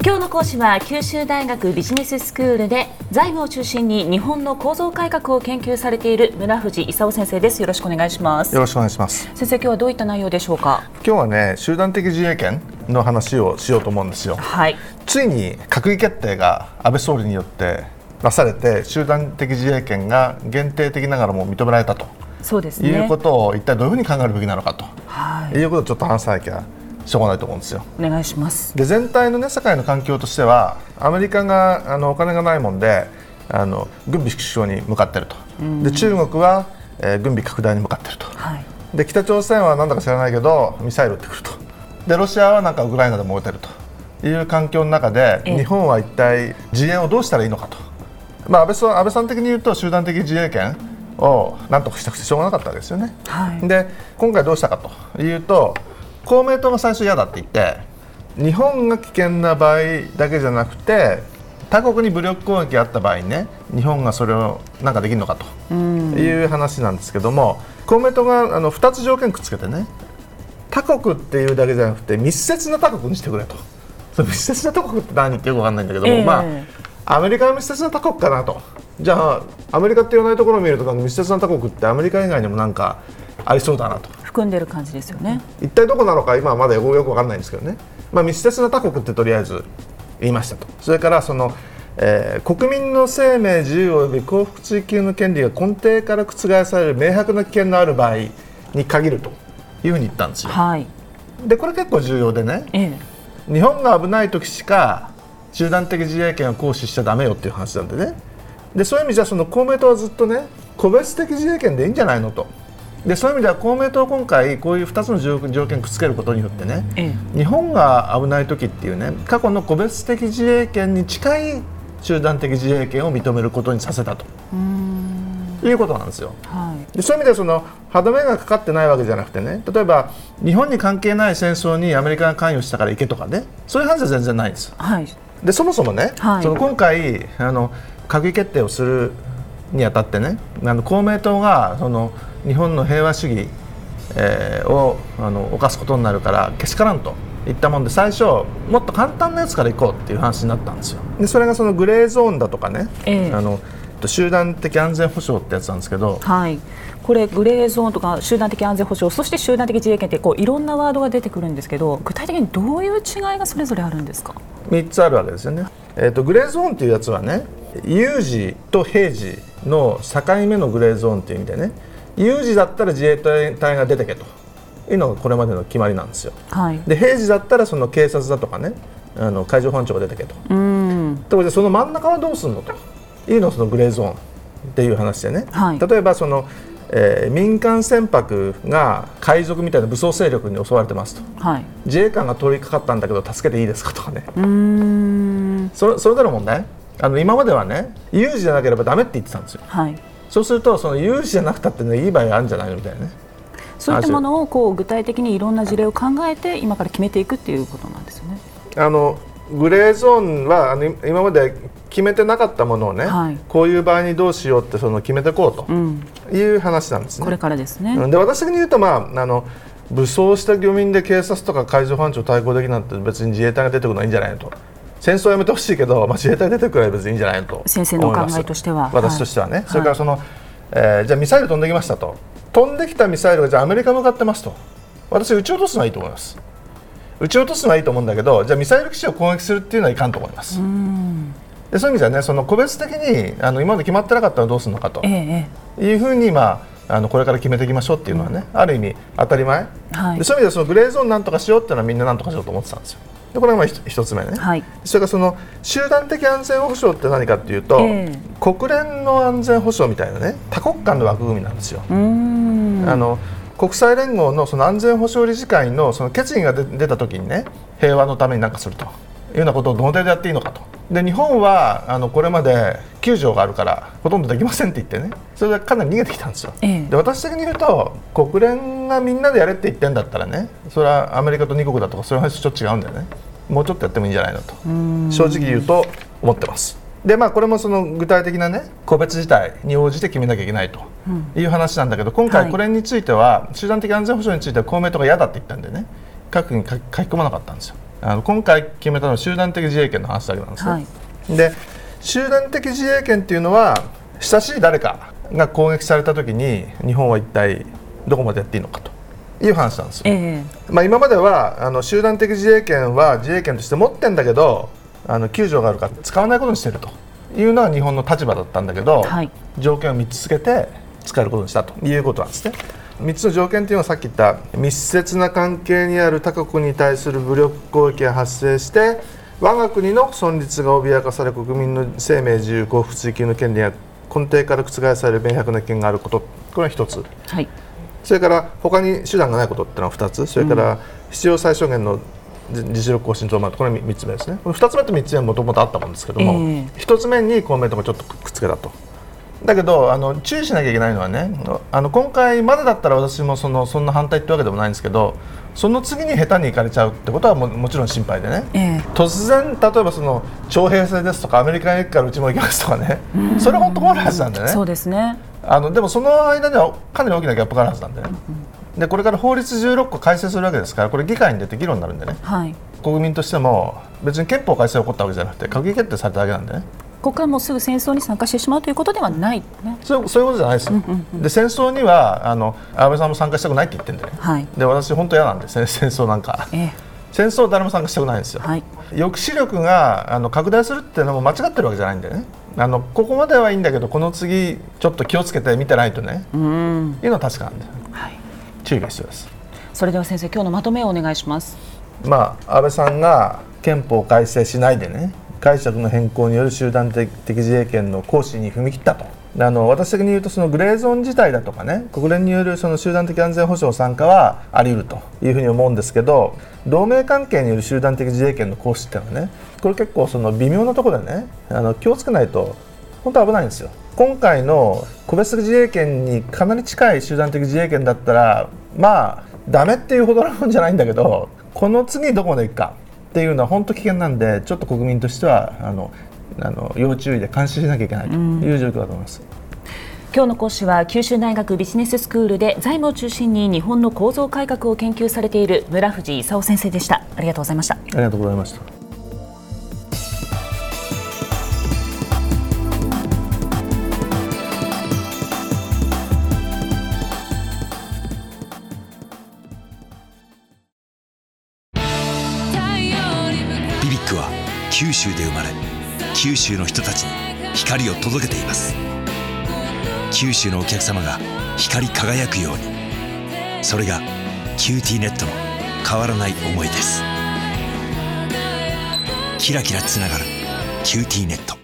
今日の講師は九州大学ビジネススクールで財務を中心に日本の構造改革を研究されている村藤勲先生です。よろしくお願いします。 よろしくお願いします。 先生、今日はどういった内容でしょうか。 今日はね、集団的自衛権の話をしようと思うんですよ。 はい。 ついに閣議決定が安倍総理によってなされて、集団的自衛権が限定的ながらも認められたと、 そうですね、 いうことを一体どういうふうに考えるべきなのかと、いうことをちょっと話さなきゃしょうがないと思うんですよ。 お願いします。 で、全体の、ね、世界の環境としてはアメリカがお金がないもんで軍備縮小に向かっていると。で、中国は、軍備拡大に向かっていると。で、北朝鮮はなんだか知らないけどミサイル撃ってくると。で、ロシアはなんかウクライナで燃えてるという環境の中で、日本は一体自衛をどうしたらいいのかと。安倍さん的に言うと集団的自衛権をなんとかしたくてしょうがなかったわけですよね。で、今回どうしたかというと、公明党が最初嫌だって言って、日本が危険な場合だけじゃなくて他国に武力攻撃があった場合にね、日本がそれをなんかできるのかという話なんですけども、公明党が2つ条件くっつけてね、他国っていうだけじゃなくて密接な他国にしてくれと。その密接な他国って何ってよく分かんないんだけども、アメリカの密接な他国かなと。じゃあアメリカって言わないところを見ると密接な他国ってアメリカ以外にもなんかありそうだなと含んでる感じですよね。 一体どこなのか今はまだよく分かんないんですけどね、密接な他国ってとりあえず言いましたと。それから国民の生命自由および幸福追求の権利が根底から覆される明白な危険のある場合に限るというふうに言ったんですよ。で、これ結構重要でね、日本が危ない時しか集団的自衛権を行使しちゃダメよっていう話なんでね。で、そういう意味じゃ公明党はずっとね、個別的自衛権でいいんじゃないのと。で、そういう意味では公明党は今回こういう2つの条件くっつけることによってね、日本が危ない時っていうね、過去の個別的自衛権に近い集団的自衛権を認めることにさせたということなんですよ。で、そういう意味では歯止めがかかってないわけじゃなくてね、例えば日本に関係ない戦争にアメリカが関与したから行けとかね、そういう話は全然ないんです。で、そもそもね、今回閣議決定をするにあたってね、公明党が日本の平和主義、を犯すことになるからけしからんといったもんで、最初もっと簡単なやつから行こうっていう話になったんですよ。で、それがグレーゾーンだとかね、集団的安全保障ってやつなんですけど、 これグレーゾーンとか集団的安全保障、そして集団的自衛権っていろんなワードが出てくるんですけど、具体的にどういう違いがそれぞれあるんですか。 3つあるわけですよね。グレーゾーンっていうやつはね、有事と平時の境目のグレーゾーンという意味でね、有事だったら自衛隊が出てけというのがこれまでの決まりなんですよ。で、平時だったら警察だとかね、海上保安庁が出てけと。ということで、その真ん中はどうするのというのをグレーゾーンっていう話でね、例えば民間船舶が海賊みたいな武装勢力に襲われてますと、自衛官が通りかかったんだけど助けていいですかとかね、それぞれの問題、今まではね、有事じゃなければダメって言ってたんですよ。そうすると有事じゃなくたって、ね、いい場合あるんじゃないのみたいなね、 そういったものを具体的にいろんな事例を考えて今から決めていくっていうことなんですよね。 グレーゾーンは今まで決めてなかったものをね、こういう場合にどうしようって決めていこうという話なんですね。 これからですね。 で、私的に言うと、武装した漁民で警察とか海上保安庁対抗できなんて別に自衛隊が出てくるのはいいんじゃないのと。戦争をやめてほしいけど、自衛隊出てくれば別にいいんじゃないのと先生のお考えとしては。 私としてはね。それからじゃあミサイル飛んできましたと。飛んできたミサイルがじゃあアメリカ向かってますと。私撃ち落とすのはいいと思います。撃ち落とすのはいいと思うんだけど、じゃあミサイル基地を攻撃するっていうのはいかんと思います。で、そういう意味ではね、個別的に今まで決まってなかったのはどうするのかというふうに、これから決めていきましょうっていうのはね、ある意味当たり前、で、そういう意味ではグレーゾーンなんとかしようっていうのはみんななんとかしようと思ってたんですよ。で、これが一つ目ね、それから集団的安全保障って何かっていうと、国連の安全保障みたいなね、多国間の枠組みなんですよ。国際連合の安全保障理事会の決議が出た時にね、平和のために何かするというようなことをどの程度やっていいのかと。で、日本はこれまで9条があるからほとんどできませんって言ってね、それでかなり逃げてきたんですよ。で、私的に言うと、国連がみんなでやれって言ってんだったらね、それはアメリカと2国だとかそういう話とちょっと違うんだよね。もうちょっとやってもいいんじゃないのと正直言うと思ってます。で、これも具体的なね、個別事態に応じて決めなきゃいけないという話なんだけど、今回これについては、集団的安全保障については公明党が嫌だって言ったんでね、閣議に書き込まなかったんですよ。 今回決めたのは集団的自衛権の話だけなんですね、 はい、 で集団的自衛権っていうのは親しい誰かが攻撃された時に日本は一体どこまでやっていいのかという話なんですよ、今までは集団的自衛権は自衛権として持ってんだけど9条があるから使わないことにしてるというのが日本の立場だったんだけど、はい、条件を3つつけて使えることにしたということなんですね。3つの条件というのはさっき言った密接な関係にある他国に対する武力攻撃が発生して我が国の存立が脅かされ国民の生命自由幸福追求の権利が根底から覆される明白な権があること、これは1つ、はい、それから他に手段がないことっていうのは2つ、それから必要最小限の実力行使にとどまる、これ3つ目ですね。これ2つ目と3つ目はもともとあったもんですけども、1つ目に公明党がちょっとくっつけたと。だけど注意しなきゃいけないのはね、今回までだったら私もそんな反対ってわけでもないんですけど、その次に下手にいかれちゃうってことは もちろん心配でね、突然例えば徴兵制ですとかアメリカに行くからうちも行きますとかね、それは本当困るはずなんでね。 そうですね。 でもその間にはかなり大きなギャップがあるはずなんでね、でこれから法律16個改正するわけですから、これ議会に出て議論になるんでね、はい、国民としても別に憲法改正が起こったわけじゃなくて閣議決定されただけなんでね、 ここからもうすぐ戦争に参加してしまうということではない、ね、 そういうことじゃないですよ、で戦争には安倍さんも参加したくないって言ってるんでね、はい、で私本当嫌なんですね、戦争なんか、戦争誰も参加したくないんですよ、はい、抑止力が拡大するっていうのも間違ってるわけじゃないんでね、ここまではいいんだけどこの次ちょっと気をつけて見てないとね、いうのは確かなんで、はい、注意が必要です。 それでは先生、今日のまとめをお願いします。 安倍さんが憲法改正しないでね、解釈の変更による集団的自衛権の行使に踏み切ったと。私的に言うとそのグレーゾーン自体だとかね、国連によるその集団的安全保障参加はあり得るというふうに思うんですけど、同盟関係による集団的自衛権の行使っていうのはね、これ結構微妙なところでね、気をつけないと本当は危ないんですよ。今回の個別的自衛権にかなり近い集団的自衛権だったらダメっていうほどのもんじゃないんだけど、この次どこまでいくかっていうのは本当危険なんで、ちょっと国民としては要注意で監視しなきゃいけないという状況だと思います。 今日の講師は九州大学ビジネススクールで財務を中心に日本の構造改革を研究されている村藤勲先生でした。ありがとうございました。 ありがとうございました。 ビビックは九州で生まれ、九州の人たちに光を届けています。九州のお客様が光り輝くように、それがキューティーネットの変わらない思いです。キラキラつながるキューティーネット。